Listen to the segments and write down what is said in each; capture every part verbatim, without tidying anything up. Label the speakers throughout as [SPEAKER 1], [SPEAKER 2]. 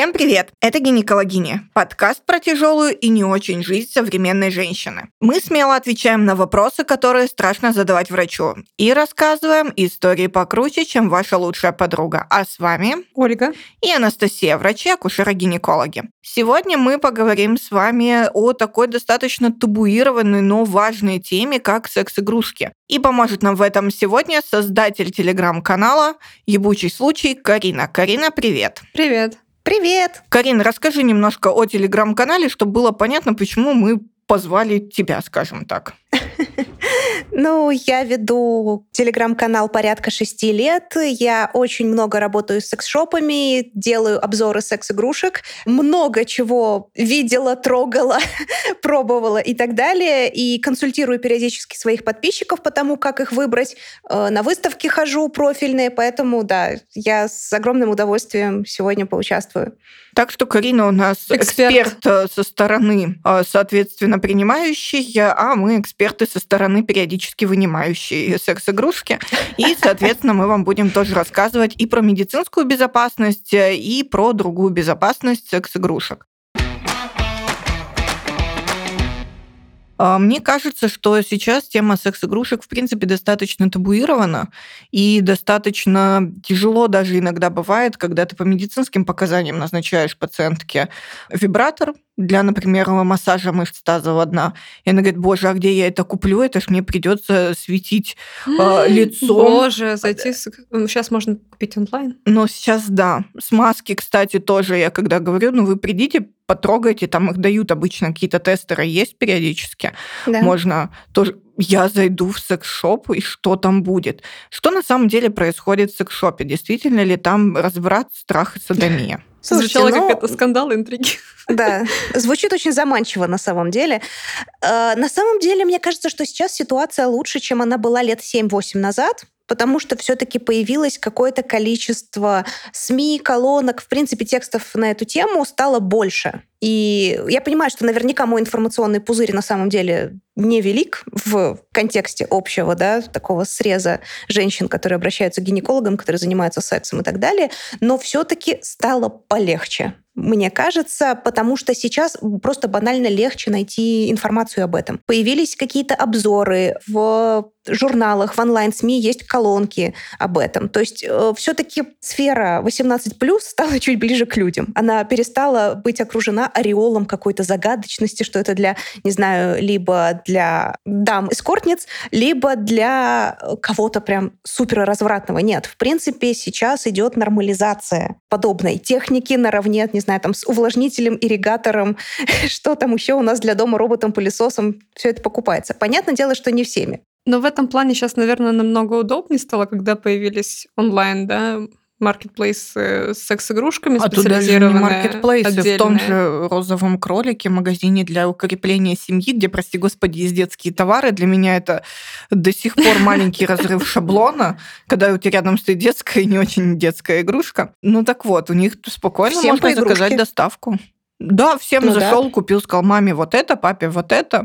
[SPEAKER 1] Всем привет! Это «Гинекологиня» – подкаст про тяжелую и не очень жизнь современной женщины. Мы смело отвечаем на вопросы, которые страшно задавать врачу, и рассказываем истории покруче, чем ваша лучшая подруга. А с вами
[SPEAKER 2] Ольга
[SPEAKER 1] и Анастасия, врачи-акушеры-гинекологи. Сегодня мы поговорим с вами о такой достаточно табуированной, но важной теме, как секс-игрушки. И поможет нам в этом сегодня создатель телеграм-канала «Ебучий случай» Карина. Карина, привет!
[SPEAKER 2] Привет!
[SPEAKER 3] Привет!
[SPEAKER 1] Карин, расскажи немножко о телеграм-канале, чтобы было понятно, почему мы позвали тебя, скажем так.
[SPEAKER 3] Ну, я веду телеграм-канал порядка шести лет. Я очень много работаю с секс-шопами, делаю обзоры секс-игрушек. Много чего видела, трогала, пробовала и так далее. И консультирую периодически своих подписчиков по тому, как их выбрать. На выставки хожу профильные, поэтому, да, я с огромным удовольствием сегодня поучаствую.
[SPEAKER 1] Так что Карина у нас эксперт, эксперт со стороны, соответственно, принимающей, а мы эксперты со стороны периодически вынимающие секс-игрушки. И, соответственно, мы вам будем тоже рассказывать и про медицинскую безопасность, и про другую безопасность секс-игрушек. Мне кажется, что сейчас тема секс-игрушек, в принципе, достаточно табуирована, и достаточно тяжело даже иногда бывает, когда ты по медицинским показаниям назначаешь пациентке вибратор для, например, массажа мышц тазового дна. И она говорит: боже, а где я это куплю? Это ж мне придется светить э, лицо.
[SPEAKER 2] Боже, зайти... Сейчас можно купить онлайн.
[SPEAKER 1] Но сейчас, да. Смазки, кстати, тоже я когда говорю, ну вы придите, потрогайте, там их дают обычно, какие-то тестеры есть периодически. Да. Можно тоже... Я зайду в секс-шоп, и что там будет? Что на самом деле происходит в секс-шопе? Действительно ли там разврат, страх и содомия?
[SPEAKER 2] Слушайте, Звучало ну, как это скандал, интриги.
[SPEAKER 3] Да, звучит очень заманчиво на самом деле. Э, на самом деле, мне кажется, что сейчас ситуация лучше, чем она была лет семь-восемь назад, потому что все-таки появилось какое-то количество СМИ, колонок, в принципе, текстов на эту тему стало больше. И я понимаю, что наверняка мой информационный пузырь на самом деле невелик в контексте общего, да, такого среза женщин, которые обращаются к гинекологам, которые занимаются сексом и так далее, но все-таки стало полегче. Мне кажется, потому что сейчас просто банально легче найти информацию об этом. Появились какие-то обзоры в журналах, в онлайн-СМИ есть колонки об этом. То есть э, все-таки сфера восемнадцать плюс стала чуть ближе к людям. Она перестала быть окружена ореолом какой-то загадочности, что это для, не знаю, либо для дам-эскортниц, либо для кого-то прям супер развратного. Нет, в принципе, сейчас идет нормализация подобной техники наравне, не знаю, там, с увлажнителем, ирригатором, что там еще у нас для дома, роботом-пылесосом, все это покупается. Понятное дело, что не всеми.
[SPEAKER 2] Но в этом плане сейчас, наверное, намного удобнее стало, когда появились онлайн, да, маркетплейсы с секс-игрушками,
[SPEAKER 1] а
[SPEAKER 2] специализированные.
[SPEAKER 1] А тут даже не маркетплейсы, отдельные. В том же «Розовом кролике», магазине для укрепления семьи, где, прости господи, есть детские товары. Для меня это до сих пор маленький разрыв шаблона, когда у тебя рядом стоит детская и не очень детская игрушка. Ну так вот, у них спокойно
[SPEAKER 3] всем
[SPEAKER 1] можно заказать доставку. Да, всем ну, зашел, да. Купил, сказал: маме вот это, папе вот это.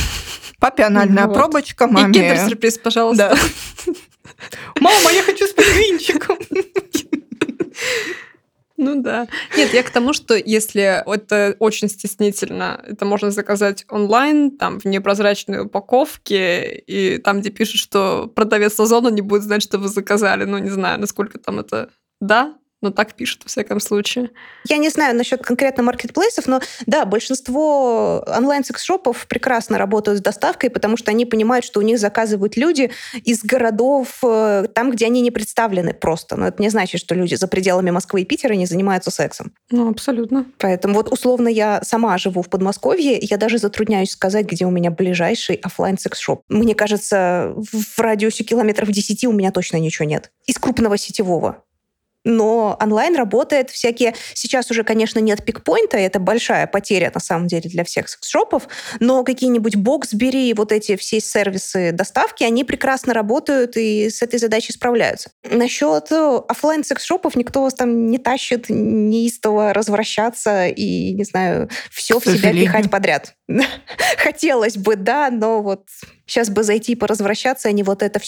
[SPEAKER 1] Папе анальная вот. Пробочка, маме...
[SPEAKER 2] И киндер-сюрприз, пожалуйста.
[SPEAKER 1] Да. Мама, я хочу с пингвинчиком.
[SPEAKER 2] Ну да. Нет, я к тому, что если это очень стеснительно, это можно заказать онлайн, там, в непрозрачной упаковке, и там, где пишут, что продавец Озона не будет знать, что вы заказали. Ну, не знаю, насколько там это... Да? Но так пишут, во всяком случае.
[SPEAKER 3] Я не знаю насчет конкретно маркетплейсов, но да, большинство онлайн-секс-шопов прекрасно работают с доставкой, потому что они понимают, что у них заказывают люди из городов, там, где они не представлены просто. Но это не значит, что люди за пределами Москвы и Питера не занимаются сексом.
[SPEAKER 2] Ну, абсолютно.
[SPEAKER 3] Поэтому вот условно я сама живу в Подмосковье, я даже затрудняюсь сказать, где у меня ближайший офлайн-секс-шоп. Мне кажется, в радиусе километров десяти у меня точно ничего нет. Из крупного сетевого. Но онлайн работает всякие... Сейчас уже, конечно, нет пикпоинта, это большая потеря, на самом деле, для всех секс-шопов, но какие-нибудь Боксбери, вот эти все сервисы доставки, они прекрасно работают и с этой задачей справляются. Насчет офлайн секс-шопов никто вас там не тащит неистово развращаться и, не знаю, все в себя пихать подряд. Хотелось бы, да, но вот сейчас бы зайти поразвращаться, а не вот это все.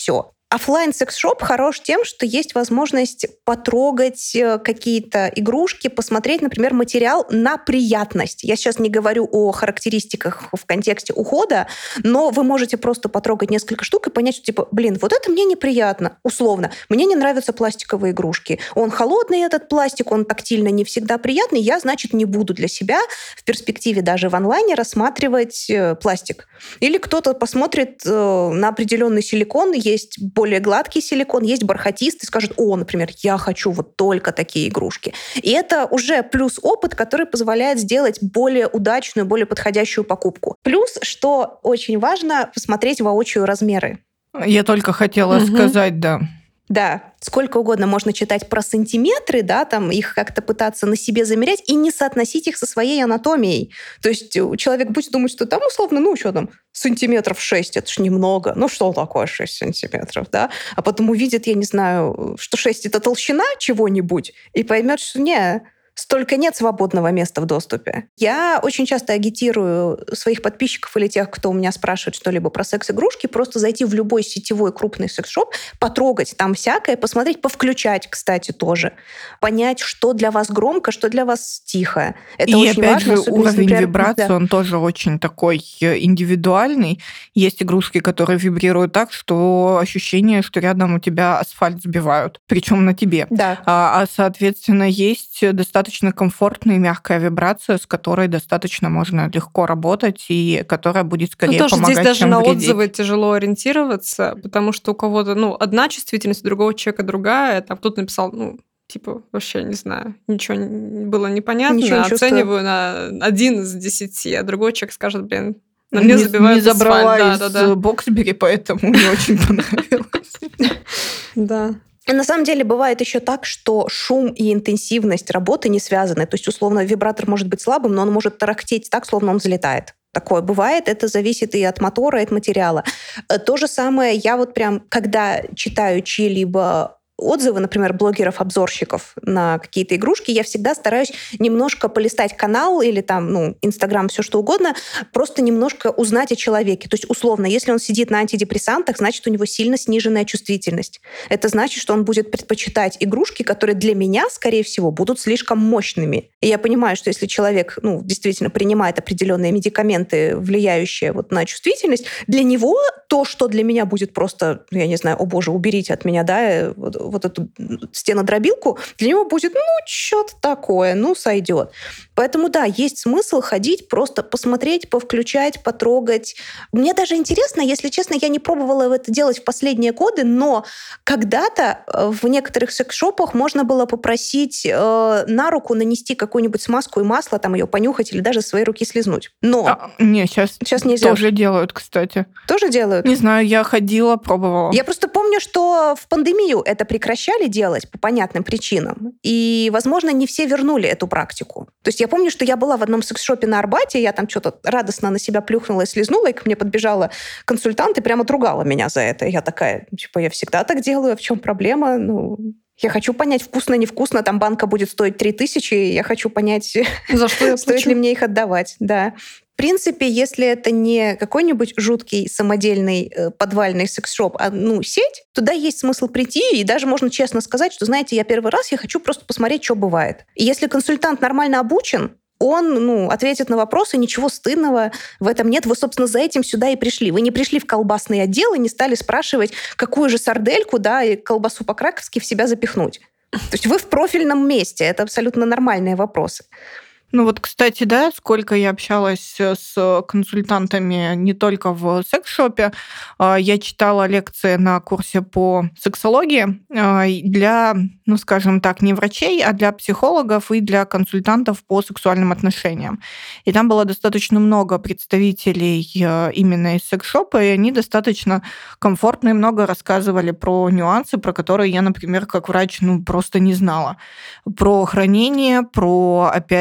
[SPEAKER 3] Оффлайн секс-шоп хорош тем, что есть возможность потрогать какие-то игрушки, посмотреть, например, материал на приятность. Я сейчас не говорю о характеристиках в контексте ухода, но вы можете просто потрогать несколько штук и понять, что типа, блин, вот это мне неприятно, условно. Мне не нравятся пластиковые игрушки. Он холодный, этот пластик, он тактильно не всегда приятный. Я, значит, не буду для себя в перспективе даже в онлайне рассматривать пластик. Или кто-то посмотрит на определенный силикон, есть более гладкий силикон, есть бархатистый, скажет, о, например, я хочу вот только такие игрушки. И это уже плюс опыт, который позволяет сделать более удачную, более подходящую покупку. Плюс, что очень важно, посмотреть воочию размеры.
[SPEAKER 1] Я только хотела угу. сказать, да.
[SPEAKER 3] Да, сколько угодно можно читать про сантиметры, да, там их как-то пытаться на себе замерять и не соотносить их со своей анатомией. То есть человек будет думать, что там условно, ну что там, сантиметров шесть, это ж немного. Ну что такое шесть сантиметров, да? А потом увидит, я не знаю, что шесть это толщина чего-нибудь и поймет, что не, столько нет свободного места в доступе. Я очень часто агитирую своих подписчиков или тех, кто у меня спрашивает что-либо про секс-игрушки, просто зайти в любой сетевой крупный секс-шоп, потрогать там всякое, посмотреть, повключать, кстати, тоже. Понять, что для вас громко, что для вас тихо. Это
[SPEAKER 1] и
[SPEAKER 3] очень
[SPEAKER 1] опять
[SPEAKER 3] важно.
[SPEAKER 1] же, уровень
[SPEAKER 3] например,
[SPEAKER 1] вибрации,
[SPEAKER 3] да.
[SPEAKER 1] он тоже очень такой индивидуальный. Есть игрушки, которые вибрируют так, что ощущение, что рядом у тебя асфальт сбивают, причем на тебе.
[SPEAKER 3] Да.
[SPEAKER 1] А, а соответственно, есть достаточно достаточно комфортная и мягкая вибрация, с которой достаточно можно легко работать и которая будет скорее
[SPEAKER 2] ну, тоже
[SPEAKER 1] помогать,
[SPEAKER 2] здесь даже
[SPEAKER 1] чем
[SPEAKER 2] на
[SPEAKER 1] вредить.
[SPEAKER 2] отзывы тяжело ориентироваться, потому что у кого-то, ну, одна чувствительность, у другого человека другая. Там кто-то написал, ну, типа, вообще, не знаю, ничего было непонятно,
[SPEAKER 3] Ничего не
[SPEAKER 2] оцениваю на один из десяти, а другой человек скажет, блин, на мне
[SPEAKER 1] не,
[SPEAKER 2] забивают
[SPEAKER 1] не забрала
[SPEAKER 2] асфальт.
[SPEAKER 1] из
[SPEAKER 2] Да, да, да.
[SPEAKER 1] Боксбери, поэтому мне очень понравилось.
[SPEAKER 2] Да.
[SPEAKER 3] На самом деле бывает еще так, что шум и интенсивность работы не связаны. То есть, условно, вибратор может быть слабым, но он может тарахтеть так, словно он взлетает. Такое бывает, это зависит и от мотора, и от материала. То же самое я вот прям, когда читаю чьи-либо отзывы, например, блогеров-обзорщиков на какие-то игрушки, я всегда стараюсь немножко полистать канал или там, ну, Инстаграм, все что угодно, просто немножко узнать о человеке. То есть, условно, если он сидит на антидепрессантах, значит, у него сильно сниженная чувствительность. Это значит, что он будет предпочитать игрушки, которые для меня, скорее всего, будут слишком мощными. И я понимаю, что если человек, ну, действительно принимает определенные медикаменты, влияющие вот на чувствительность, для него то, что для меня будет просто, я не знаю, о боже, уберите от меня, да, вот, вот эту стенодробилку, для него будет, ну, что-то такое, ну, сойдет. Поэтому, да, есть смысл ходить, просто посмотреть, повключать, потрогать. Мне даже интересно, если честно, я не пробовала это делать в последние годы, но когда-то в некоторых секс-шопах можно было попросить э, на руку нанести какую-нибудь смазку и масло, там ее понюхать или даже своей руки слизнуть. Но...
[SPEAKER 1] А, не, сейчас,
[SPEAKER 3] сейчас нельзя.
[SPEAKER 1] Тоже делают, кстати.
[SPEAKER 3] Тоже делают?
[SPEAKER 1] Не знаю, я ходила, пробовала.
[SPEAKER 3] Я просто помню, что в пандемию это прекращали делать по понятным причинам. И, возможно, не все вернули эту практику. То есть я помню, что я была в одном секс-шопе на Арбате, я там что-то радостно на себя плюхнула и слизнула, и ко мне подбежала консультант и прямо отругала меня за это. И я такая, типа, я всегда так делаю, в чем проблема? Ну... Я хочу понять, вкусно, невкусно, там банка будет стоить три тысячи, и я хочу понять,
[SPEAKER 2] за что я
[SPEAKER 3] стоит ли мне их отдавать. Да. В принципе, если это не какой-нибудь жуткий самодельный э, подвальный секс-шоп, а ну, сеть, туда есть смысл прийти, и даже можно честно сказать, что, знаете, я первый раз, я хочу просто посмотреть, что бывает. И если консультант нормально обучен, он, ну, ответит на вопросы, ничего стыдного в этом нет. Вы, собственно, за этим сюда и пришли. Вы не пришли в колбасный отдел и не стали спрашивать, какую же сардельку, да, и колбасу по-краковски в себя запихнуть. То есть вы в профильном месте. Это абсолютно нормальные вопросы.
[SPEAKER 1] Ну вот, кстати, да, сколько я общалась с консультантами не только в секс-шопе, я читала лекции на курсе по сексологии для, ну, скажем так, не врачей, а для психологов и для консультантов по сексуальным отношениям. И там было достаточно много представителей именно из секс-шопа, и они достаточно комфортно и много рассказывали про нюансы, про которые я, например, как врач, ну, просто не знала. Про хранение, про, опять же,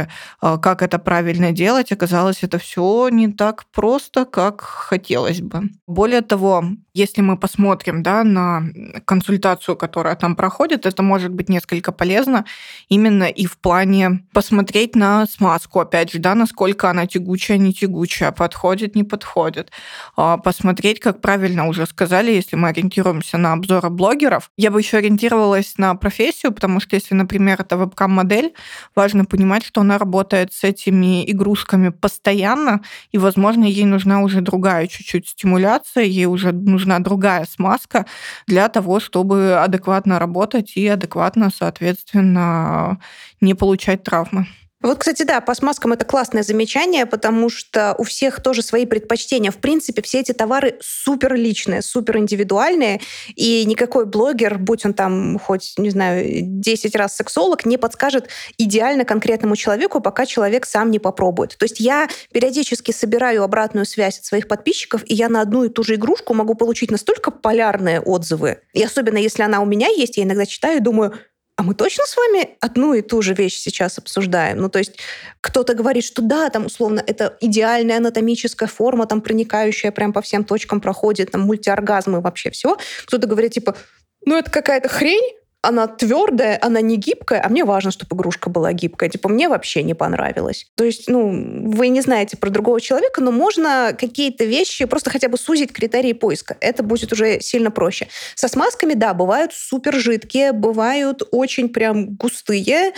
[SPEAKER 1] как это правильно делать, оказалось, это все не так просто, как хотелось бы. Более того, если мы посмотрим, да, на консультацию, которая там проходит, это может быть несколько полезно именно и в плане посмотреть на смазку, опять же, да, насколько она тягучая, не тягучая, подходит, не подходит. Посмотреть, как правильно уже сказали, если мы ориентируемся на обзоры блогеров. Я бы еще ориентировалась на профессию, потому что если, например, это вебкам-модель, важно понимать, что она работает с этими игрушками постоянно, и, возможно, ей нужна уже другая чуть-чуть стимуляция, ей уже нужна другая смазка для того, чтобы адекватно работать и адекватно, соответственно, не получать травмы.
[SPEAKER 3] Вот, кстати, да, по смазкам это классное замечание, потому что у всех тоже свои предпочтения. В принципе, все эти товары супер личные, супер индивидуальные, и никакой блогер, будь он там хоть, не знаю, десять раз сексолог, не подскажет идеально конкретному человеку, пока человек сам не попробует. То есть я периодически собираю обратную связь от своих подписчиков, и я на одну и ту же игрушку могу получить настолько полярные отзывы. И особенно если она у меня есть, я иногда читаю и думаю, а мы точно с вами одну и ту же вещь сейчас обсуждаем? Ну, то есть кто-то говорит, что да, там, условно, это идеальная анатомическая форма, там, проникающая прям по всем точкам проходит, там, мультиоргазмы, вообще все. Кто-то говорит, типа, ну, это какая-то хрень, она твердая, она не гибкая, а мне важно, чтобы игрушка была гибкая. Типа, мне вообще не понравилось. То есть, ну, вы не знаете про другого человека, но можно какие-то вещи просто хотя бы сузить критерии поиска. Это будет уже сильно проще. Со смазками, да, бывают супер жидкие, бывают очень прям густые,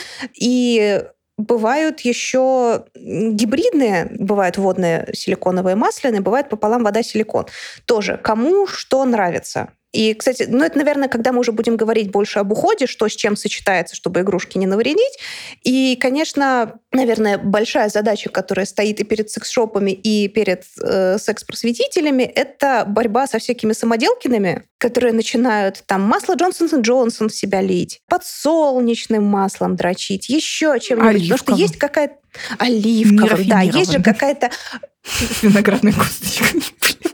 [SPEAKER 3] и бывают еще гибридные, бывают водные силиконовые масляные, бывает пополам вода-силикон. Тоже кому что нравится. И, кстати, ну это, наверное, когда мы уже будем говорить больше об уходе, что с чем сочетается, чтобы игрушки не навредить. И, конечно, наверное, большая задача, которая стоит и перед секс-шопами, и перед э, секс-просветителями, это борьба со всякими самоделкиными, которые начинают там масло Джонсон энд Джонсон в себя лить, подсолнечным маслом дрочить, еще чем-нибудь. Потому что есть какая-то... Оливковым, да. Есть же какая-то...
[SPEAKER 1] С виноградной косточкой.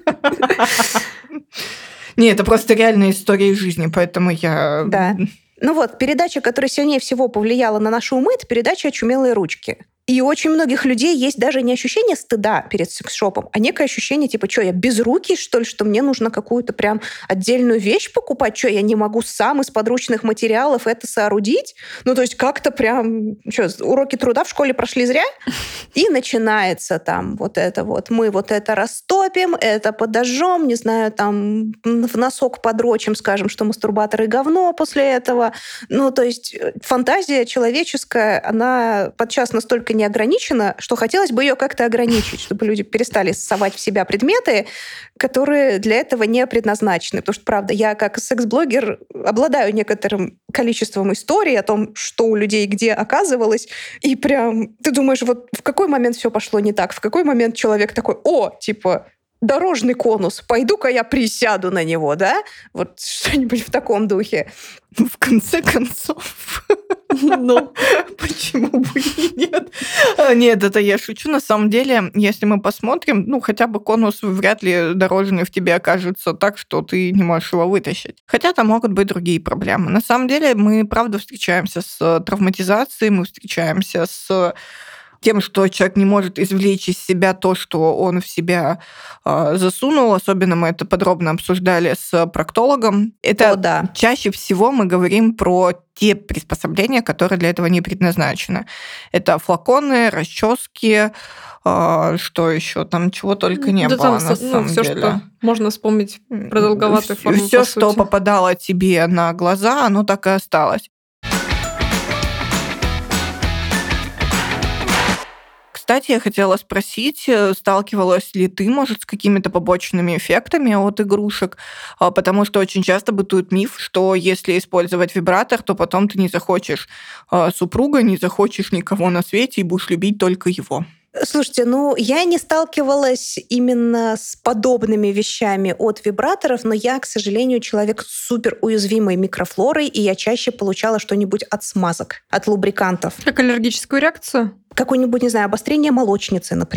[SPEAKER 1] Не, это просто реальная история из жизни, поэтому я...
[SPEAKER 3] Да. Ну вот, передача, которая сильнее всего повлияла на наши умы, это передача «Очумелые ручки». И у очень многих людей есть даже не ощущение стыда перед секс-шопом, а некое ощущение, типа, что, я безрукий, что ли, что мне нужно какую-то прям отдельную вещь покупать? Что, я не могу сам из подручных материалов это соорудить? Ну, то есть как-то прям... Что, уроки труда в школе прошли зря? И начинается там вот это вот. Мы вот это растопим, это подожжем, не знаю, там в носок подрочим, скажем, что мастурбаторы говно после этого. Ну, то есть фантазия человеческая, она подчас настолько не ограничена, что хотелось бы ее как-то ограничить, чтобы люди перестали совать в себя предметы, которые для этого не предназначены. Потому что, правда, я как секс-блогер обладаю некоторым количеством историй о том, что у людей где оказывалось, и прям ты думаешь, вот в какой момент все пошло не так, в какой момент человек такой, о, типа, дорожный конус, пойду-ка я присяду на него, да? Вот что-нибудь в таком духе.
[SPEAKER 1] Ну, в конце концов... Ну, почему бы и нет? Нет, это я шучу. На самом деле, если мы посмотрим, ну, хотя бы конус вряд ли дорожный в тебе окажется так, что ты не можешь его вытащить. Хотя там могут быть другие проблемы. На самом деле, мы, правда, встречаемся с травматизацией, мы встречаемся с тем, что человек не может извлечь из себя то, что он в себя э, засунул. Особенно мы это подробно обсуждали с проктологом. Это
[SPEAKER 3] О, да.
[SPEAKER 1] Чаще всего мы говорим про те приспособления, которые для этого не предназначены. Это флаконы, расчески, э, что еще там, чего только не
[SPEAKER 2] да
[SPEAKER 1] было
[SPEAKER 2] там,
[SPEAKER 1] на
[SPEAKER 2] ну,
[SPEAKER 1] самом
[SPEAKER 2] все,
[SPEAKER 1] деле.
[SPEAKER 2] Что можно вспомнить про долговатую форму.
[SPEAKER 1] Все,
[SPEAKER 2] по
[SPEAKER 1] что
[SPEAKER 2] сути.
[SPEAKER 1] попадало тебе на глаза, оно так и осталось. Кстати, я хотела спросить, сталкивалась ли ты, может, с какими-то побочными эффектами от игрушек? Потому что очень часто бытует миф, что если использовать вибратор, то потом ты не захочешь супруга, не захочешь никого на свете и будешь любить только его.
[SPEAKER 3] Слушайте, ну, я не сталкивалась именно с подобными вещами от вибраторов, но я, к сожалению, человек с супер уязвимой микрофлорой, и я чаще получала что-нибудь от смазок, от лубрикантов.
[SPEAKER 2] Как аллергическую реакцию?
[SPEAKER 3] Какое-нибудь, не знаю, обострение молочницы, например.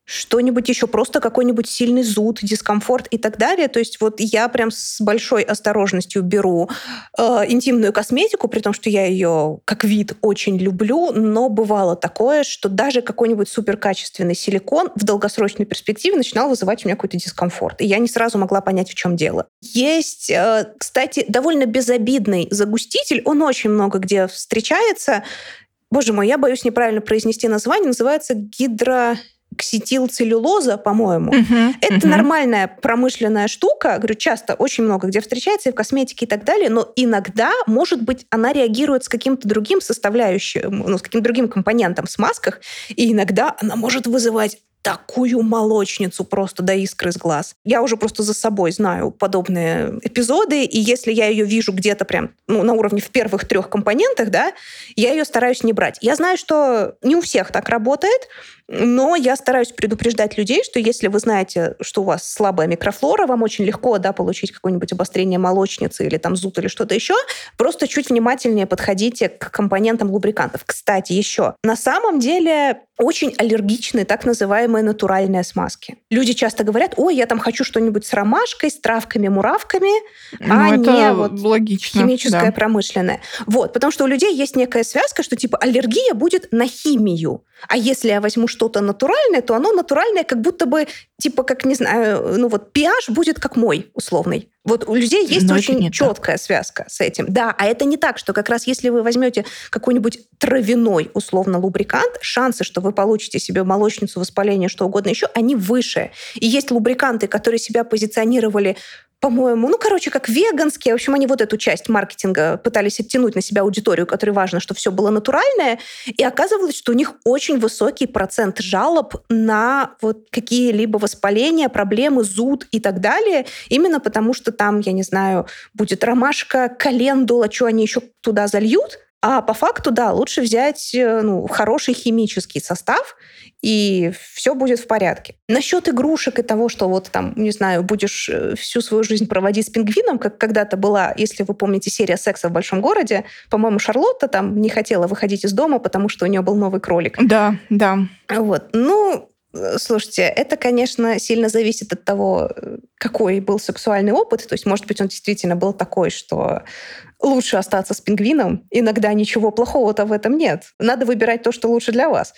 [SPEAKER 3] что-нибудь еще, просто какой-нибудь сильный зуд, дискомфорт и так далее. То есть вот я прям с большой осторожностью беру э, интимную косметику, при том, что я ее как вид очень люблю, но бывало такое, что даже какой-нибудь суперкачественный силикон в долгосрочной перспективе начинал вызывать у меня какой-то дискомфорт. И я не сразу могла понять, в чем дело. Есть, э, кстати, довольно безобидный загуститель, он очень много где встречается. Боже мой, я боюсь неправильно произнести название, называется гидро... ксетилцеллюлоза, по-моему. Uh-huh, это uh-huh. нормальная промышленная штука. Говорю, часто, очень много где встречается, и в косметике и так далее, но иногда, может быть, она реагирует с каким-то другим составляющим, ну, с каким-то другим компонентом в смазках, и иногда она может вызывать такую молочницу просто до искры из глаз. Я уже просто за собой знаю подобные эпизоды, и если я ее вижу где-то прям ну, на уровне в первых трех компонентах, да, я ее стараюсь не брать. Я знаю, что не у всех так работает, но я стараюсь предупреждать людей, что если вы знаете, что у вас слабая микрофлора, вам очень легко, да, получить какое-нибудь обострение молочницы или там зуд или что-то еще, просто чуть внимательнее подходите к компонентам лубрикантов. Кстати, еще, на самом деле очень аллергичны так называемые натуральные смазки. Люди часто говорят, ой, я там хочу что-нибудь с ромашкой, с травками, муравками, ну, а не вот
[SPEAKER 1] логично,
[SPEAKER 3] химическое,
[SPEAKER 1] да.
[SPEAKER 3] промышленное. Вот, потому что у людей есть некая связка, что типа аллергия будет на химию. А если я возьму что-то натуральное, то оно натуральное как будто бы, типа, как, не знаю, ну вот pH будет как мой, условный. Вот у людей есть
[SPEAKER 1] Но
[SPEAKER 3] очень четкая так. связка с этим. Да, а это не так, что как раз если вы возьмете какой-нибудь травяной, условно, лубрикант, шансы, что вы получите себе молочницу, воспаление, что угодно еще, они выше. И есть лубриканты, которые себя позиционировали, по-моему, ну, короче, как веганские. В общем, они вот эту часть маркетинга пытались оттянуть на себя аудиторию, которой важно, что все было натуральное. И оказывалось, что у них очень высокий процент жалоб на вот какие-либо воспаления, проблемы, зуд и так далее. Именно потому, что там, я не знаю, будет ромашка, календула, что они еще туда зальют. А по факту, да, лучше взять ну, хороший химический состав, и все будет в порядке. Насчет игрушек и того, что вот там, не знаю, будешь всю свою жизнь проводить с пингвином, как когда-то была, если вы помните, серия «Секса в большом городе», по-моему, Шарлотта там не хотела выходить из дома, потому что у нее был новый кролик.
[SPEAKER 1] Да, да.
[SPEAKER 3] Вот, ну... Слушайте, это, конечно, сильно зависит от того, какой был сексуальный опыт. То есть, может быть, он действительно был такой, что лучше остаться с пингвином. Иногда ничего плохого-то в этом нет. Надо выбирать то, что лучше для вас.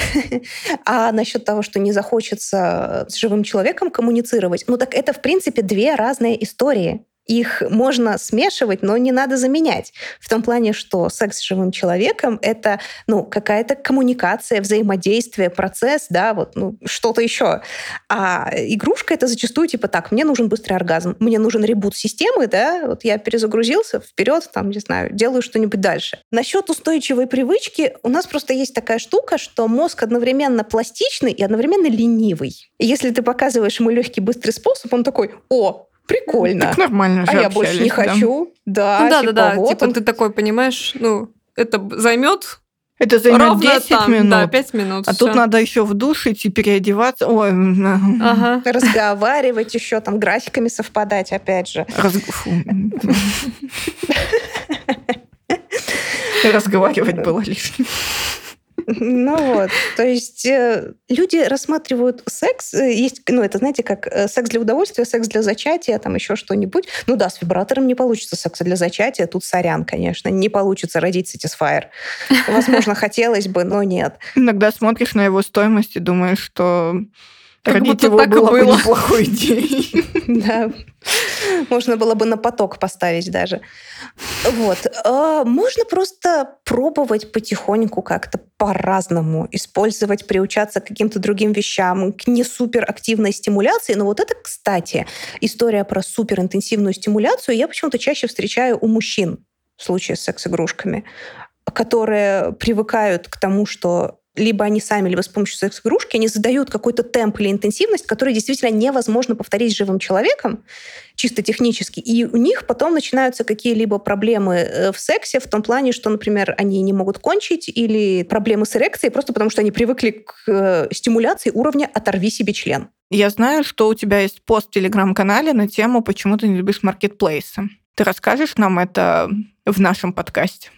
[SPEAKER 3] А насчет того, что не захочется с живым человеком коммуницировать, ну так это, в принципе, две разные истории. Их можно смешивать, но не надо заменять. В том плане, что секс с живым человеком — это ну, какая-то коммуникация, взаимодействие, процесс, да, вот, ну, что-то еще. А игрушка — это зачастую типа так, мне нужен быстрый оргазм, мне нужен ребут системы, да, вот я перезагрузился, вперед, там, не знаю, делаю что-нибудь дальше. Насчет устойчивой привычки у нас просто есть такая штука, что мозг одновременно пластичный и одновременно ленивый. И если ты показываешь ему легкий, быстрый способ, он такой, о, прикольно.
[SPEAKER 1] Так нормально же
[SPEAKER 3] А я больше не
[SPEAKER 1] да.
[SPEAKER 3] хочу. Да,
[SPEAKER 2] ну, да,
[SPEAKER 3] типа,
[SPEAKER 2] да, да.
[SPEAKER 3] вот
[SPEAKER 2] типа
[SPEAKER 3] он.
[SPEAKER 2] ты такой понимаешь, ну, это займет
[SPEAKER 1] Это займет
[SPEAKER 2] ровно
[SPEAKER 1] десять
[SPEAKER 2] там,
[SPEAKER 1] минут.
[SPEAKER 2] Да, пять минут.
[SPEAKER 1] А
[SPEAKER 2] всё.
[SPEAKER 1] тут надо еще в душ идти, переодеваться. Ой,
[SPEAKER 2] ага.
[SPEAKER 3] Разговаривать еще, там, графиками совпадать, опять же.
[SPEAKER 1] Раз... Разговаривать было лишним.
[SPEAKER 3] Ну вот, то есть э, люди рассматривают секс, э, есть, ну это, знаете, как э, секс для удовольствия, секс для зачатия, там еще что-нибудь. Ну да, с вибратором не получится секса для зачатия, тут сорян, конечно, не получится родить Satisfyer. Возможно, хотелось бы, но нет.
[SPEAKER 1] Иногда смотришь на его стоимость и думаешь, что
[SPEAKER 2] как
[SPEAKER 1] родить его
[SPEAKER 2] так
[SPEAKER 1] было,
[SPEAKER 2] было
[SPEAKER 1] бы неплохой идеей.
[SPEAKER 3] Да, можно было бы на поток поставить даже. Вот. Можно просто пробовать потихоньку как-то по-разному, использовать, приучаться к каким-то другим вещам, к не суперактивной стимуляции. Но вот это, кстати, история про суперинтенсивную стимуляцию я почему-то чаще встречаю у мужчин в случае с секс-игрушками, которые привыкают к тому, что либо они сами, либо с помощью секс-игрушки, они задают какой-то темп или интенсивность, который действительно невозможно повторить с живым человеком, чисто технически. И у них потом начинаются какие-либо проблемы в сексе в том плане, что, например, они не могут кончить, или проблемы с эрекцией, просто потому что они привыкли к стимуляции уровня «оторви себе член».
[SPEAKER 1] Я знаю, что у тебя есть пост в Телеграм-канале на тему «Почему ты не любишь маркетплейсы». Ты расскажешь нам это в нашем подкасте?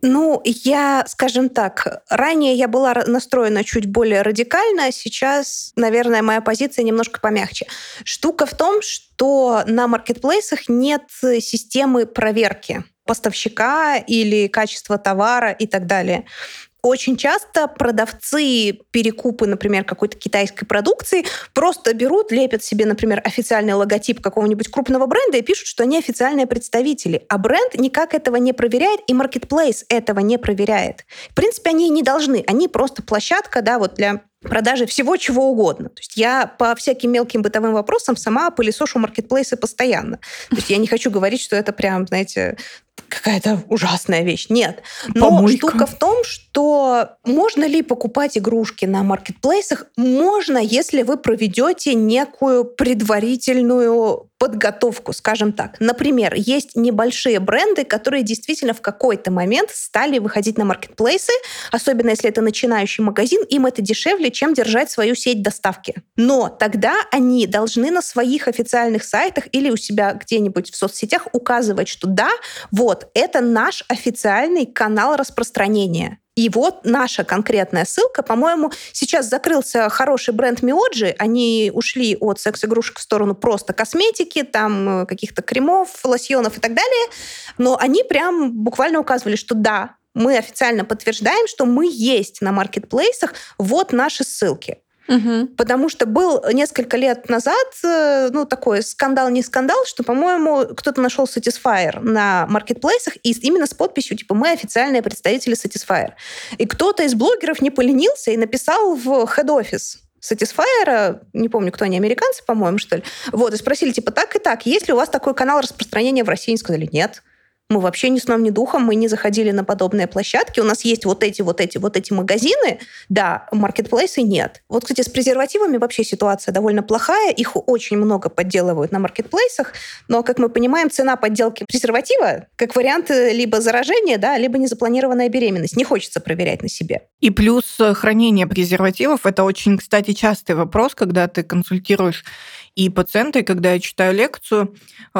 [SPEAKER 3] Ну, я, скажем так, ранее я была настроена чуть более радикально, а сейчас, наверное, моя позиция немножко помягче. Штука в том, что на маркетплейсах нет системы проверки поставщика или качества товара и так далее. Очень часто продавцы перекупы, например, какой-то китайской продукции просто берут, лепят себе, например, официальный логотип какого-нибудь крупного бренда и пишут, что они официальные представители. А бренд никак этого не проверяет, и маркетплейс этого не проверяет. В принципе, они и не должны. Они просто площадка, да, вот для продажи всего чего угодно. То есть я по всяким мелким бытовым вопросам сама пылесошу маркетплейсы постоянно. То есть я не хочу говорить, что это прям, знаете, какая-то ужасная вещь. Нет. Но Помойка. Штука в том, что можно ли покупать игрушки на маркетплейсах? Можно, если вы проведете некую предварительную подготовку, скажем так. Например, есть небольшие бренды, которые действительно в какой-то момент стали выходить на маркетплейсы, особенно если это начинающий магазин, им это дешевле, чем держать свою сеть доставки. Но тогда они должны на своих официальных сайтах или у себя где-нибудь в соцсетях указывать, что да, вот, это наш официальный канал распространения. И вот наша конкретная ссылка. По-моему, сейчас закрылся хороший бренд Миоджи. Они ушли от секс-игрушек в сторону просто косметики, там каких-то кремов, лосьонов и так далее. Но они прям буквально указывали, что да, мы официально подтверждаем, что мы есть на маркетплейсах. Вот наши ссылки. Угу. Потому что был несколько лет назад, ну, такой скандал, не скандал, что, по-моему, кто-то нашел Satisfyer на маркетплейсах и именно с подписью, типа, мы официальные представители Satisfyer. И кто-то из блогеров не поленился и написал в хед-офис Satisfyer, не помню, кто они, американцы, по-моему, что ли, вот, и спросили, типа, так и так, есть ли у вас такой канал распространения в России? Они сказали, нет. Мы вообще ни сном, ни духом, мы не заходили на подобные площадки. У нас есть вот эти, вот эти, вот эти магазины, да, маркетплейсы нет. Вот, кстати, с презервативами вообще ситуация довольно плохая. Их очень много подделывают на маркетплейсах, но, как мы понимаем, цена подделки презерватива как вариант либо заражения, да, либо незапланированная беременность. Не хочется проверять на себе.
[SPEAKER 1] И плюс хранение презервативов – это очень, кстати, частый вопрос, когда ты консультируешь и пациента, и когда я читаю лекцию,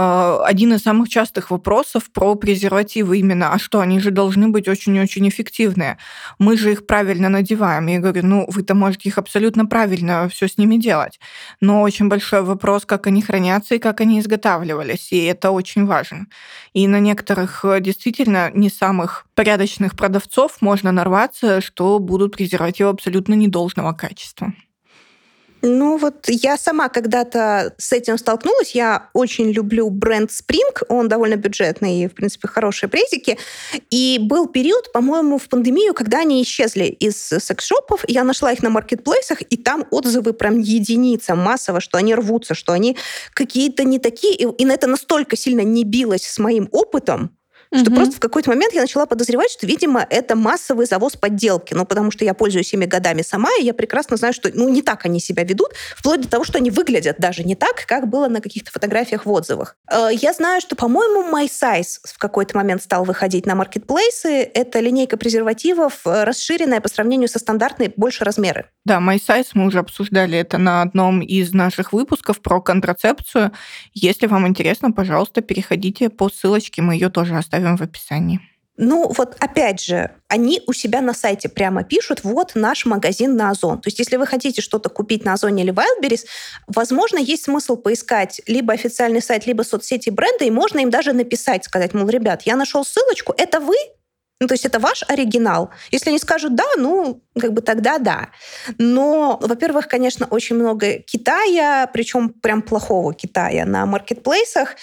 [SPEAKER 1] один из самых частых вопросов про презервативы именно, а что, они же должны быть очень-очень эффективные. Мы же их правильно надеваем. Я говорю, ну, вы-то можете их абсолютно правильно все с ними делать. Но очень большой вопрос, как они хранятся и как они изготавливались, и это очень важно. И на некоторых действительно не самых порядочных продавцов можно нарваться, что будут презервативы абсолютно недолжного качества.
[SPEAKER 3] Ну вот я сама когда-то с этим столкнулась. Я очень люблю бренд Spring. Он довольно бюджетный и, в принципе, хорошие презики. И был период, по-моему, в пандемию, когда они исчезли из секс-шопов. Я нашла их на маркетплейсах, и там отзывы прям единица массово, что они рвутся, что они какие-то не такие. И на это настолько сильно не билось с моим опытом, что угу. просто в какой-то момент я начала подозревать, что, видимо, это массовый завоз подделки. Ну, потому что я пользуюсь ими годами сама, и я прекрасно знаю, что ну, не так они себя ведут, вплоть до того, что они выглядят даже не так, как было на каких-то фотографиях в отзывах. Я знаю, что, по-моему, MySize в какой-то момент стал выходить на маркетплейсы. Это линейка презервативов, расширенная по сравнению со стандартной, больше размеры.
[SPEAKER 1] Да, MySize, мы уже обсуждали это на одном из наших выпусков про контрацепцию. Если вам интересно, пожалуйста, переходите по ссылочке, мы ее тоже оставим в описании.
[SPEAKER 3] Ну, вот опять же, они у себя на сайте прямо пишут, вот наш магазин на Озон. То есть если вы хотите что-то купить на Озоне или Wildberries, возможно, есть смысл поискать либо официальный сайт, либо соцсети бренда, и можно им даже написать, сказать, мол, ребят, я нашел ссылочку, это вы? Ну, то есть это ваш оригинал. Если они скажут «да», ну, как бы тогда да. Но, во-первых, конечно, очень много Китая, причем прям плохого Китая на маркетплейсах.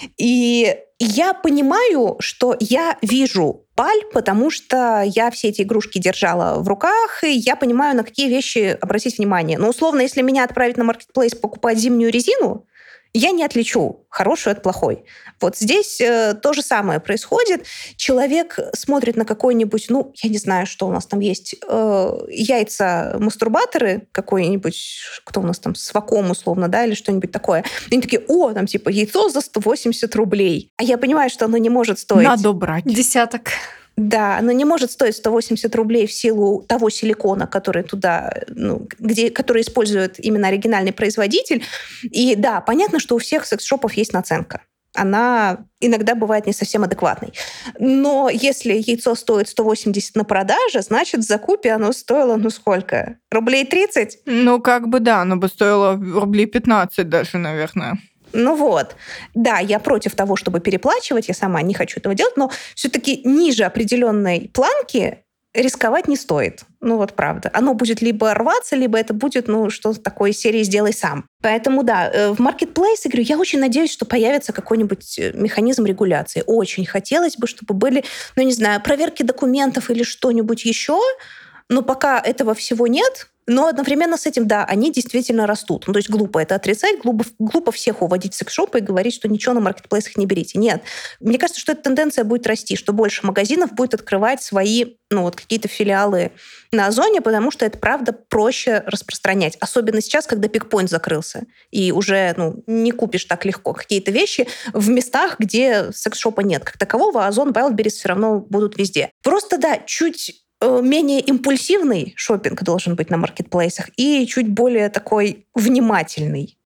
[SPEAKER 3] И я понимаю, что я вижу паль, потому что я все эти игрушки держала в руках, и я понимаю, на какие вещи обратить внимание. Но, условно, если меня отправить на маркетплейс покупать зимнюю резину, я не отличу хорошую от плохой. Вот здесь э, то же самое происходит. Человек смотрит на какой-нибудь, ну, я не знаю, что у нас там есть, э, яйца-мастурбаторы, какой-нибудь, кто у нас там, Сваком условно, да, или что-нибудь такое. И они такие, о, там типа яйцо за сто восемьдесят рублей. А я понимаю, что оно не может стоить...
[SPEAKER 1] Надо брать.
[SPEAKER 2] Десяток.
[SPEAKER 3] Да, оно не может стоить сто восемьдесят рублей в силу того силикона, который туда, ну, где, который использует именно оригинальный производитель. И да, понятно, что у всех секс-шопов есть наценка. она иногда бывает не совсем адекватной. Но если яйцо стоит сто восемьдесят на продаже, значит, в закупе оно стоило, ну сколько? Рублей тридцать?
[SPEAKER 1] Ну, как бы да, оно бы стоило рублей пятнадцать даже, наверное.
[SPEAKER 3] Ну вот. Да, я против того, чтобы переплачивать, я сама не хочу этого делать, но все-таки ниже определенной планки рисковать не стоит. Ну вот правда. Оно будет либо рваться, либо это будет, ну, что-то такое из серии «сделай сам». Поэтому да, в маркетплейсе, говорю, я очень надеюсь, что появится какой-нибудь механизм регуляции. Очень хотелось бы, чтобы были, ну, не знаю, проверки документов или что-нибудь еще, но пока этого всего нет. Но одновременно с этим, да, они действительно растут. Ну, то есть глупо это отрицать, глупо, глупо всех уводить в секс-шопы и говорить, что ничего на маркетплейсах не берите. Нет. Мне кажется, что эта тенденция будет расти, что больше магазинов будет открывать свои, ну, вот какие-то филиалы на Озоне, потому что это, правда, проще распространять. Особенно сейчас, когда пикпоинт закрылся, и уже, ну, не купишь так легко какие-то вещи в местах, где секс-шопа нет. Как такового, Озон, Wildberries все равно будут везде. Просто, да, чуть менее импульсивный шопинг должен быть на маркетплейсах и чуть более такой внимательный.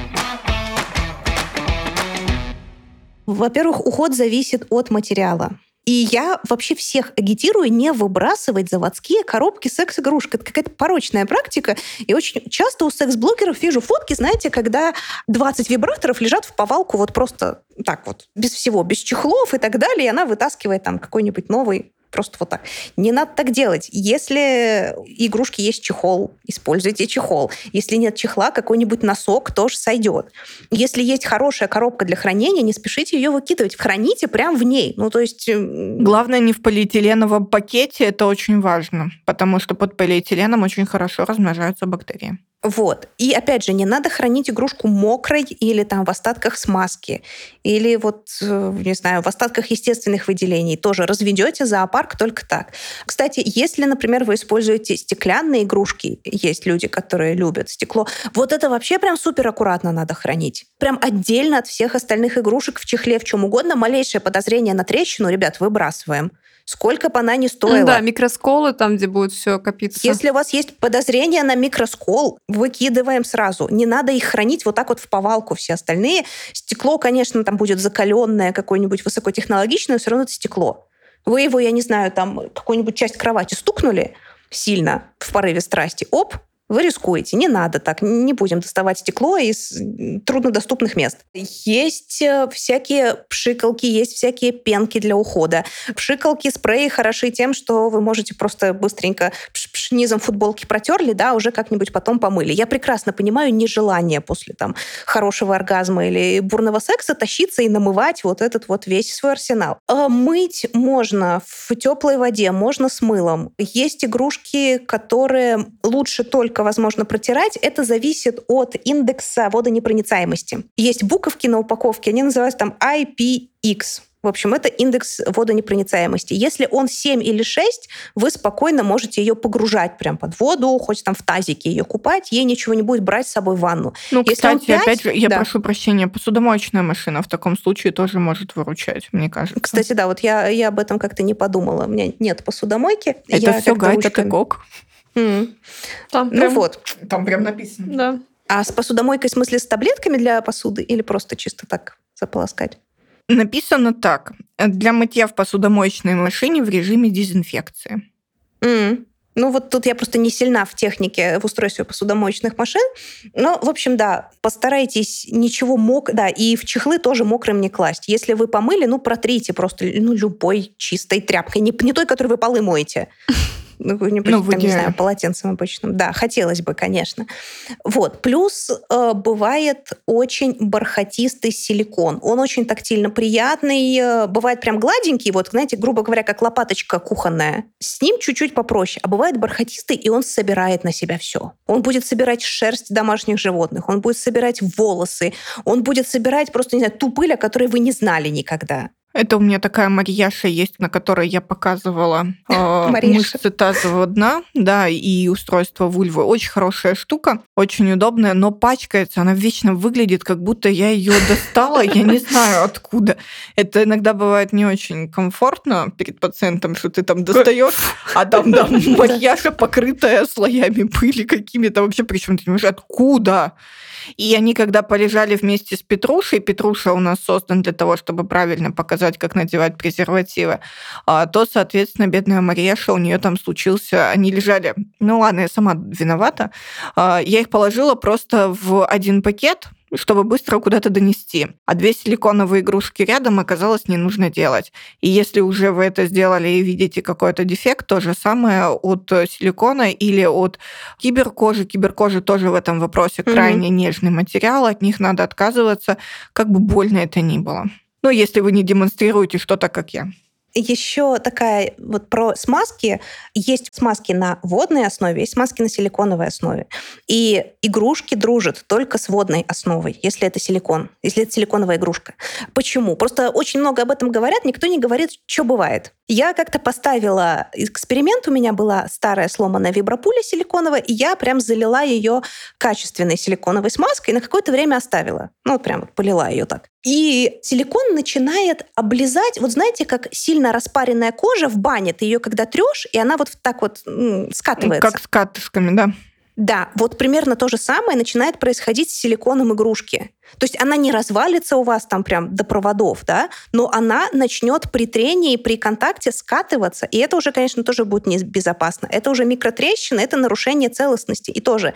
[SPEAKER 3] Во-первых, уход зависит от материала. И я вообще всех агитирую не выбрасывать заводские коробки секс-игрушек. Это какая-то порочная практика. И очень часто у секс-блогеров вижу фотки, знаете, когда двадцать вибраторов лежат в повалку вот просто так вот, без всего, без чехлов и так далее, и она вытаскивает там какой-нибудь новый. Просто вот так. Не надо так делать. Если игрушки есть чехол, используйте чехол. Если нет чехла, какой-нибудь носок тоже сойдет. Если есть хорошая коробка для хранения, не спешите ее выкидывать. Храните прямо в ней. Ну, то есть...
[SPEAKER 1] Главное, не в полиэтиленовом пакете, это очень важно, потому что под полиэтиленом очень хорошо размножаются бактерии.
[SPEAKER 3] Вот. И, опять же, не надо хранить игрушку мокрой или там в остатках смазки, или вот, не знаю, в остатках естественных выделений. Тоже разведете зоопарк только так. Кстати, если, например, вы используете стеклянные игрушки, есть люди, которые любят стекло, вот это вообще прям супер аккуратно надо хранить. Прям отдельно от всех остальных игрушек в чехле, в чем угодно. Малейшее подозрение на трещину, ребят, выбрасываем. Сколько бы она ни стоила.
[SPEAKER 2] Да, микросколы там, где будет все копиться.
[SPEAKER 3] Если у вас есть подозрение на микроскол, выкидываем сразу. Не надо их хранить вот так вот в повалку все остальные. Стекло, конечно, там будет закаленное, какое-нибудь высокотехнологичное, но все равно это стекло. Вы его, я не знаю, там какую-нибудь часть кровати стукнули сильно в порыве страсти. Оп, вы рискуете. Не надо так. Не будем доставать стекло из труднодоступных мест. Есть всякие пшикалки, есть всякие пенки для ухода. Пшикалки, спреи хороши тем, что вы можете просто быстренько пш-пш, низом футболки протерли, да, уже как-нибудь потом помыли. Я прекрасно понимаю нежелание после там хорошего оргазма или бурного секса тащиться и намывать вот этот вот весь свой арсенал. А мыть можно в теплой воде, можно с мылом. Есть игрушки, которые лучше только возможно протирать, это зависит от индекса водонепроницаемости. Есть буковки на упаковке, они называются там ай пи икс. В общем, это индекс водонепроницаемости. Если он семь или шесть, вы спокойно можете ее погружать прям под воду, хоть там в тазике ее купать, ей ничего не будет брать с собой в ванну.
[SPEAKER 1] Ну,
[SPEAKER 3] Если
[SPEAKER 1] кстати,
[SPEAKER 3] пять,
[SPEAKER 1] опять же, я
[SPEAKER 3] да.
[SPEAKER 1] прошу прощения, посудомоечная машина в таком случае тоже может выручать, мне кажется.
[SPEAKER 3] Кстати, да, вот я, я об этом как-то не подумала. У меня нет посудомойки.
[SPEAKER 1] Это
[SPEAKER 3] я
[SPEAKER 1] все гайд
[SPEAKER 3] ручками...
[SPEAKER 1] от ЭКОК.
[SPEAKER 3] Mm.
[SPEAKER 2] Там
[SPEAKER 3] ну
[SPEAKER 2] прям...
[SPEAKER 3] вот.
[SPEAKER 1] Там прям написано.
[SPEAKER 2] Да.
[SPEAKER 3] А с посудомойкой в смысле с таблетками для посуды или просто чисто так заполоскать?
[SPEAKER 1] Написано так. Для мытья в посудомоечной машине в режиме дезинфекции.
[SPEAKER 3] Mm. Ну вот тут я просто не сильна в технике, в устройстве посудомоечных машин. Но, в общем, да, постарайтесь ничего мок... Да, и в чехлы тоже мокрым не класть. Если вы помыли, ну, протрите просто ну, любой чистой тряпкой. Не, не той, которой вы полы моете. Ну, не, ну, там, не знаю, полотенцем обычным. Да, хотелось бы, конечно. Вот. Плюс э, бывает очень бархатистый силикон. Он очень тактильно приятный, э, бывает прям гладенький, вот, знаете, грубо говоря, как лопаточка кухонная. С ним чуть-чуть попроще. А бывает бархатистый, и он собирает на себя все. Он будет собирать шерсть домашних животных, он будет собирать волосы, он будет собирать просто, не знаю, ту пыль, о которой вы не знали никогда.
[SPEAKER 1] Это у меня такая Марьяша есть, на которой я показывала э, мышцы тазового дна, да, и устройство вульвы. Очень хорошая штука, очень удобная, но пачкается, она вечно выглядит, как будто я ее достала, я не знаю откуда. Это иногда бывает не очень комфортно перед пациентом, что ты там достаешь, а там, да, Марьяша, покрытая слоями пыли какими-то вообще, причем ты не понимаешь, откуда? И они, когда полежали вместе с Петрушей, Петруша у нас создан для того, чтобы правильно показать, как надевать презервативы, то, соответственно, бедная Мареша, у нее там случился... Они лежали... Ну ладно, я сама виновата. Я их положила просто в один пакет, чтобы быстро куда-то донести. А две силиконовые игрушки рядом оказалось не нужно делать. И если уже вы это сделали и видите какой-то дефект, то же самое от силикона или от киберкожи. Киберкожа тоже в этом вопросе mm-hmm. крайне нежный материал, от них надо отказываться, как бы больно это ни было. Ну, если вы не демонстрируете что-то, как я.
[SPEAKER 3] Еще такая вот про смазки. Есть смазки на водной основе, есть смазки на силиконовой основе. И игрушки дружат только с водной основой, если это силикон, если это силиконовая игрушка. Почему? Просто очень много об этом говорят, никто не говорит, что бывает. Я как-то поставила эксперимент, у меня была старая сломанная вибропуля силиконовая, и я прям залила ее качественной силиконовой смазкой и на какое-то время оставила. Ну, вот прям вот полила ее так. И силикон начинает облизать. Вот знаете, как сильно распаренная кожа в бане, ты ее когда трешь, и она вот так вот м, скатывается.
[SPEAKER 1] Как с катышками, да.
[SPEAKER 3] Да, вот примерно то же самое начинает происходить с силиконом игрушки. То есть она не развалится у вас там прям до проводов, да, но она начнет при трении, при контакте скатываться, и это уже, конечно, тоже будет небезопасно. Это уже микротрещины, это нарушение целостности, и тоже.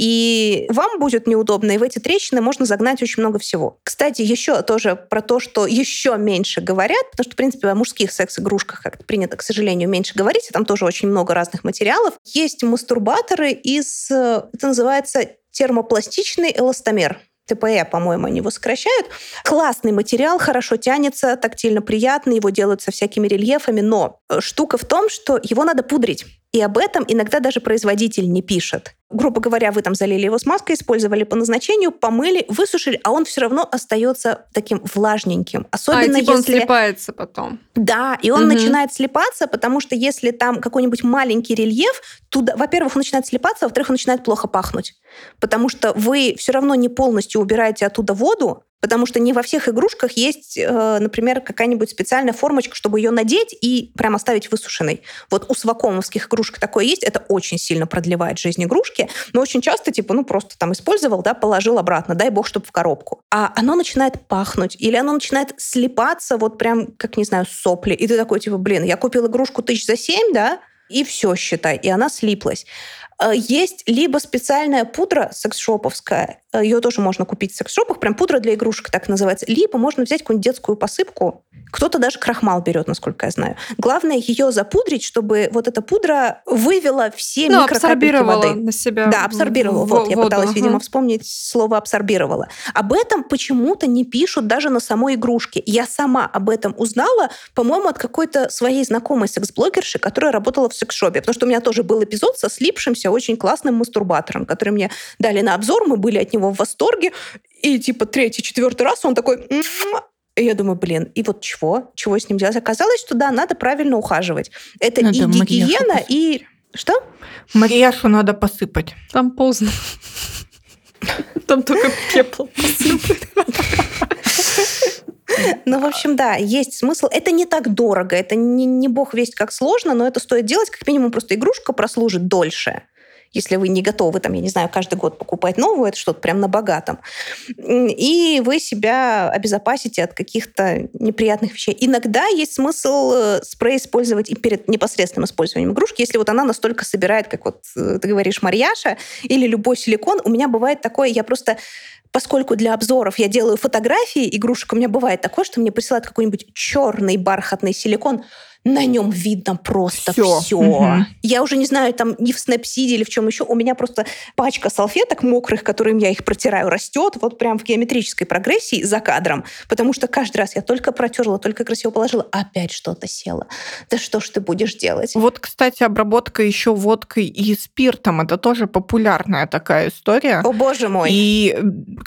[SPEAKER 3] И вам будет неудобно, и в эти трещины можно загнать очень много всего. Кстати, еще тоже про то, что еще меньше говорят, потому что, в принципе, о мужских секс-игрушках как-то принято, к сожалению, меньше говорить, и там тоже очень много разных материалов. Есть мастурбаторы из, это называется термопластичный эластомер. тэ пэ е, по-моему, они его сокращают. Классный материал, хорошо тянется, тактильно приятный, его делают со всякими рельефами, но штука в том, что его надо пудрить. И об этом иногда даже производитель не пишет. Грубо говоря, вы там залили его смазкой, использовали по назначению, помыли, высушили, а он все равно остается таким влажненьким. Особенно
[SPEAKER 2] а, типа
[SPEAKER 3] если...
[SPEAKER 2] он слипается потом.
[SPEAKER 3] Да, и он угу. начинает слипаться, потому что если там какой-нибудь маленький рельеф, туда, во-первых, он начинает слипаться, а во-вторых, он начинает плохо пахнуть. Потому что вы все равно не полностью убираете оттуда воду, потому что не во всех игрушках есть, например, какая-нибудь специальная формочка, чтобы ее надеть и прям оставить высушенной. Вот у свакомовских игрушек такое есть, это очень сильно продлевает жизнь игрушки, но очень часто, типа, ну, просто там использовал, да, положил обратно, дай бог, чтобы в коробку. А оно начинает пахнуть, или оно начинает слипаться, вот прям, как, не знаю, сопли, и ты такой, типа, блин, я купил игрушку тысяч за семь, да, и все, считай, и она слиплась. Есть либо специальная пудра секс-шоповская, ее тоже можно купить в секс-шопах, прям пудра для игрушек так называется, либо можно взять какую-нибудь детскую посыпку, кто-то даже крахмал берет, насколько я знаю. Главное ее запудрить, чтобы вот эта пудра вывела все
[SPEAKER 2] ну,
[SPEAKER 3] микрокапельки воды.
[SPEAKER 2] На себя.
[SPEAKER 3] Да, абсорбировала. В, вот, в, я воду, пыталась, ага. видимо, вспомнить слово «абсорбировала». Об этом почему-то не пишут даже на самой игрушке. Я сама об этом узнала, по-моему, от какой-то своей знакомой секс-блогерши, которая работала в секс-шопе. Потому что у меня тоже был эпизод со слипшимся очень классным мастурбатором, который мне дали на обзор, мы были от него в восторге. И типа третий, четвертый раз он такой... И я думаю, блин, и вот чего? Чего с ним делать? Оказалось, что да, надо правильно ухаживать. Это надо и гигиена, и... Что?
[SPEAKER 1] Марияшу надо посыпать.
[SPEAKER 2] Там поздно. Там только пепел посыпать.
[SPEAKER 3] Ну, в общем, да, есть смысл. Это не так дорого, это не, не бог весть как сложно, но это стоит делать. Как минимум, просто игрушка прослужит дольше. Если вы не готовы, там, я не знаю, каждый год покупать новую, это что-то прям на богатом. И вы себя обезопасите от каких-то неприятных вещей. Иногда есть смысл спрей использовать и перед непосредственным использованием игрушки, если вот она настолько собирает, как вот ты говоришь, Марьяша, или любой силикон. У меня бывает такое, я просто... Поскольку для обзоров я делаю фотографии игрушек, у меня бывает такое, что мне присылают какой-нибудь черный бархатный силикон, на нем видно просто все. все. Угу. Я уже не знаю, там ни в Снэпсиде или в чем еще. У меня просто пачка салфеток мокрых, которым я их протираю, растет вот прям в геометрической прогрессии за кадром. Потому что каждый раз я только протерла, только красиво положила, опять что-то село. Да что ж ты будешь делать?
[SPEAKER 1] Вот, кстати, обработка еще водкой и спиртом. Это тоже популярная такая история.
[SPEAKER 3] О, боже мой.
[SPEAKER 1] И,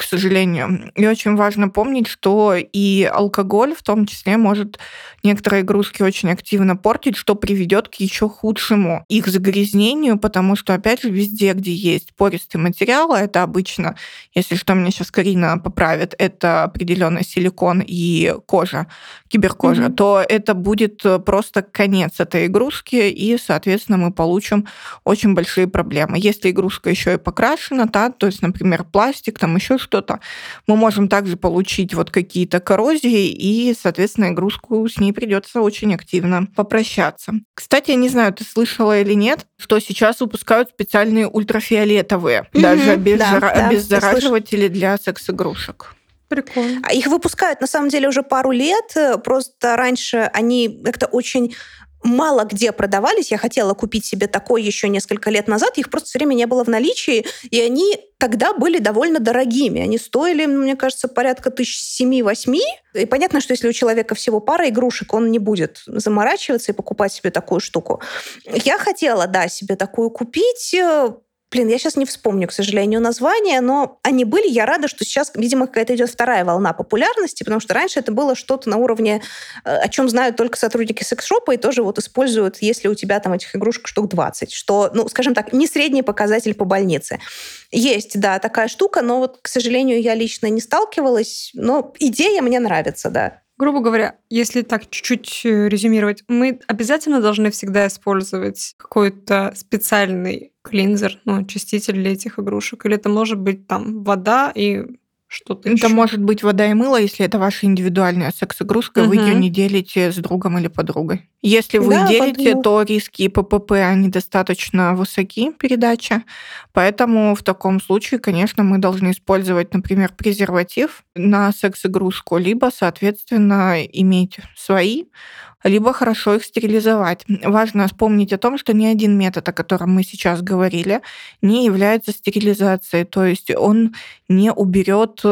[SPEAKER 1] к сожалению. И очень важно помнить, что и алкоголь в том числе может некоторые игрушки очень активно портить, что приведет к еще худшему их загрязнению, потому что, опять же, везде, где есть пористые материалы, это обычно, если что, меня сейчас Карина поправит, это определенный силикон и кожа, киберкожа, mm-hmm. то это будет просто конец этой игрушки, и, соответственно, мы получим очень большие проблемы. Если игрушка еще и покрашена, да, то есть, например, пластик, там еще что-то, мы можем также получить вот какие-то коррозии, и, соответственно, игрушку с ней придется очень активно попрощаться. Кстати, я не знаю, ты слышала или нет, что сейчас выпускают специальные ультрафиолетовые, mm-hmm. даже обеззара... да, да, обеззараживатели для секс-игрушек.
[SPEAKER 2] Прикольно.
[SPEAKER 3] А их выпускают, на самом деле, уже пару лет. Просто раньше они как-то очень мало где продавались. Я хотела купить себе такой еще несколько лет назад. Их просто все время не было в наличии. И они тогда были довольно дорогими. Они стоили, мне кажется, порядка тысяч семи-восьми. И понятно, что если у человека всего пара игрушек, он не будет заморачиваться и покупать себе такую штуку. Я хотела, да, себе такую купить. Блин, я сейчас не вспомню, к сожалению, название, но они были. Я рада, что сейчас, видимо, какая-то идет вторая волна популярности, потому что раньше это было что-то на уровне, о чем знают только сотрудники секс-шопа, и тоже вот используют, если у тебя там этих игрушек штук двадцать, что, ну, скажем так, не средний показатель по больнице. Есть, да, такая штука, но вот, к сожалению, я лично не сталкивалась, но идея мне нравится, да.
[SPEAKER 2] Грубо говоря, если так чуть-чуть резюмировать, мы обязательно должны всегда использовать какой-то специальный клинзер, ну, очиститель для этих игрушек? Или это может быть там вода и что-то
[SPEAKER 1] Это
[SPEAKER 2] еще?
[SPEAKER 1] может быть вода и мыло, если это ваша индивидуальная секс-игрушка, угу. вы ее не делите с другом или подругой. Если вы да, делите, подруг. то риски ППП, они достаточно высоки, передача. Поэтому в таком случае, конечно, мы должны использовать, например, презерватив на секс-игрушку, либо, соответственно, иметь свои, либо хорошо их стерилизовать. Важно вспомнить о том, что ни один метод, о котором мы сейчас говорили, не является стерилизацией, то есть он не уберет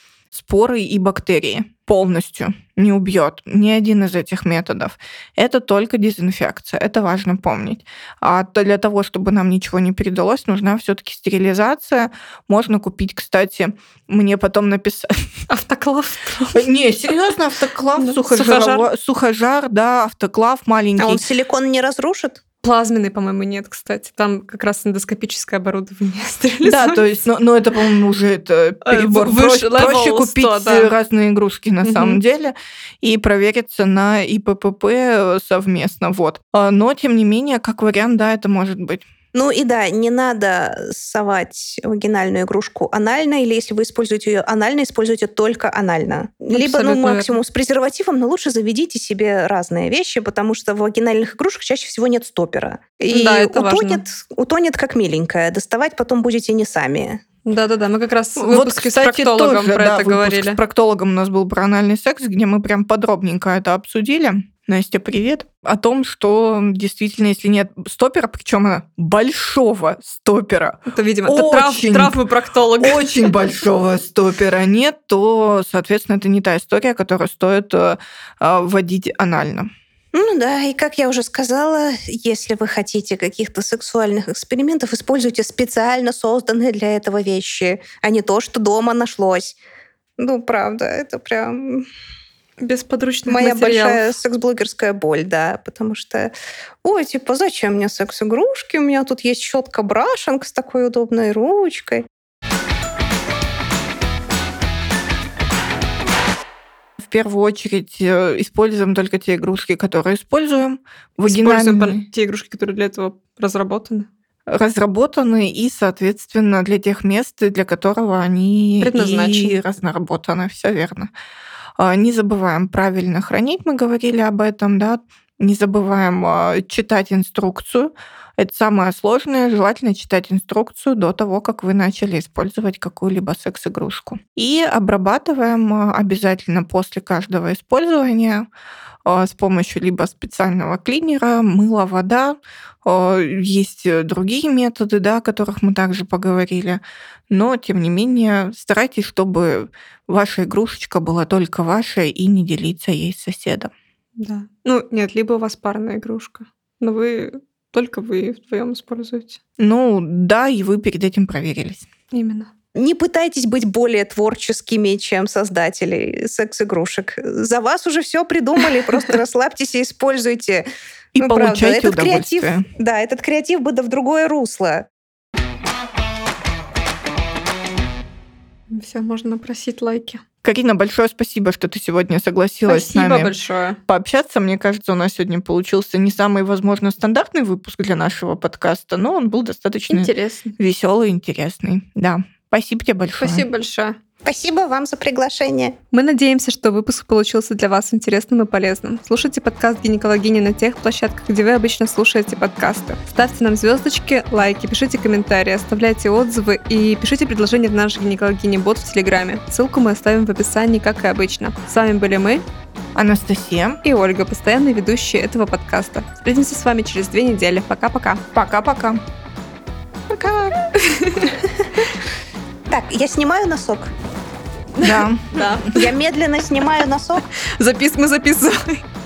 [SPEAKER 1] споры и бактерии полностью, не убьет ни один из этих методов. Это только дезинфекция, это важно помнить. А для того, чтобы нам ничего не передалось, нужна все-таки стерилизация. Можно купить, кстати, мне потом написать...
[SPEAKER 2] Автоклав?
[SPEAKER 1] Не, серьезно, автоклав, сухожар, да, автоклав маленький.
[SPEAKER 3] А он силикон не разрушит?
[SPEAKER 2] Плазменный, по-моему, нет, кстати. Там как раз эндоскопическое оборудование стерилизуется.
[SPEAKER 1] Да, то есть, ну, ну это, по-моему, уже это перебор. Проще, проще купить сто, да. разные игрушки на угу. самом деле и провериться на ИППП совместно. Вот. Но, тем не менее, как вариант, да, это может быть.
[SPEAKER 3] Ну и да, не надо совать вагинальную игрушку анально, или если вы используете ее анально, используйте только анально. Абсолютно Либо, ну, максимум верно. С презервативом, но лучше заведите себе разные вещи, потому что в вагинальных игрушках чаще всего нет стопера. И
[SPEAKER 2] да, это
[SPEAKER 3] утонет, утонет как миленькая. Доставать потом будете не сами.
[SPEAKER 2] Да-да-да, мы как раз в выпуске вот, кстати, с проктологом
[SPEAKER 1] тоже,
[SPEAKER 2] про
[SPEAKER 1] да,
[SPEAKER 2] это говорили.
[SPEAKER 1] С проктологом у нас был про анальный секс, где мы прям подробненько это обсудили. Настя, привет. О том, что действительно, если нет стопера, причем большого стопера,
[SPEAKER 2] это, видимо, это трав, травмы проктолога.
[SPEAKER 1] Очень большого стопера нет, то, соответственно, это не та история, которую стоит э, вводить анально.
[SPEAKER 3] Ну да, и как я уже сказала, если вы хотите каких-то сексуальных экспериментов, используйте специально созданные для этого вещи, а не то, что дома нашлось. Ну, правда, это прям...
[SPEAKER 2] Без подручных
[SPEAKER 3] Моя
[SPEAKER 2] материалов.
[SPEAKER 3] Большая секс-блогерская боль, да, потому что, ой, типа, зачем мне секс-игрушки? У меня тут есть щетка брашинг с такой удобной ручкой.
[SPEAKER 1] В первую очередь используем только те игрушки, которые используем.
[SPEAKER 2] Используем Вагинальные... те игрушки, которые для этого разработаны.
[SPEAKER 1] разработаны и, соответственно, для тех мест, для которого они и разработаны. Все верно. Не забываем правильно хранить, мы говорили об этом, да. Не забываем читать инструкцию. Это самое сложное. Желательно читать инструкцию до того, как вы начали использовать какую-либо секс-игрушку. И обрабатываем обязательно после каждого использования с помощью либо специального клинера, мыла, вода. Есть другие методы, да, о которых мы также поговорили. Но, тем не менее, старайтесь, чтобы ваша игрушечка была только ваша и не делиться ей с соседом.
[SPEAKER 2] Да. Ну, нет, либо у вас парная игрушка, но вы только вы вдвоем используете.
[SPEAKER 1] Ну, да, и вы перед этим проверились.
[SPEAKER 2] Именно.
[SPEAKER 3] Не пытайтесь быть более творческими, чем создатели секс-игрушек. За вас уже все придумали, просто расслабьтесь и используйте.
[SPEAKER 1] И
[SPEAKER 3] Ну,
[SPEAKER 1] получайте
[SPEAKER 3] правда, этот
[SPEAKER 1] удовольствие.
[SPEAKER 3] креатив, да, этот креатив бы да в другое русло.
[SPEAKER 2] Все, можно просить лайки.
[SPEAKER 1] Карина, большое спасибо, что ты сегодня согласилась
[SPEAKER 2] Спасибо
[SPEAKER 1] с нами
[SPEAKER 2] большое.
[SPEAKER 1] пообщаться. Мне кажется, у нас сегодня получился не самый, возможно, стандартный выпуск для нашего подкаста, но он был достаточно
[SPEAKER 2] Интересно.
[SPEAKER 1] веселый и интересный. Да. Спасибо тебе большое.
[SPEAKER 2] Спасибо большое.
[SPEAKER 3] Спасибо вам за приглашение.
[SPEAKER 2] Мы надеемся, что выпуск получился для вас интересным и полезным. Слушайте подкаст «Гинекологини» на тех площадках, где вы обычно слушаете подкасты. Ставьте нам звездочки, лайки, пишите комментарии, оставляйте отзывы и пишите предложения в наш «Гинекологини-бот» в Телеграме. Ссылку мы оставим в описании, как и обычно. С вами были мы,
[SPEAKER 1] Анастасия
[SPEAKER 2] и Ольга, постоянные ведущие этого подкаста. Встретимся с вами через две недели. Пока-пока.
[SPEAKER 1] Пока-пока.
[SPEAKER 3] Пока. Так, я снимаю носок.
[SPEAKER 1] Да.
[SPEAKER 2] Да.
[SPEAKER 3] Я медленно снимаю носок.
[SPEAKER 2] Запис мы записываем.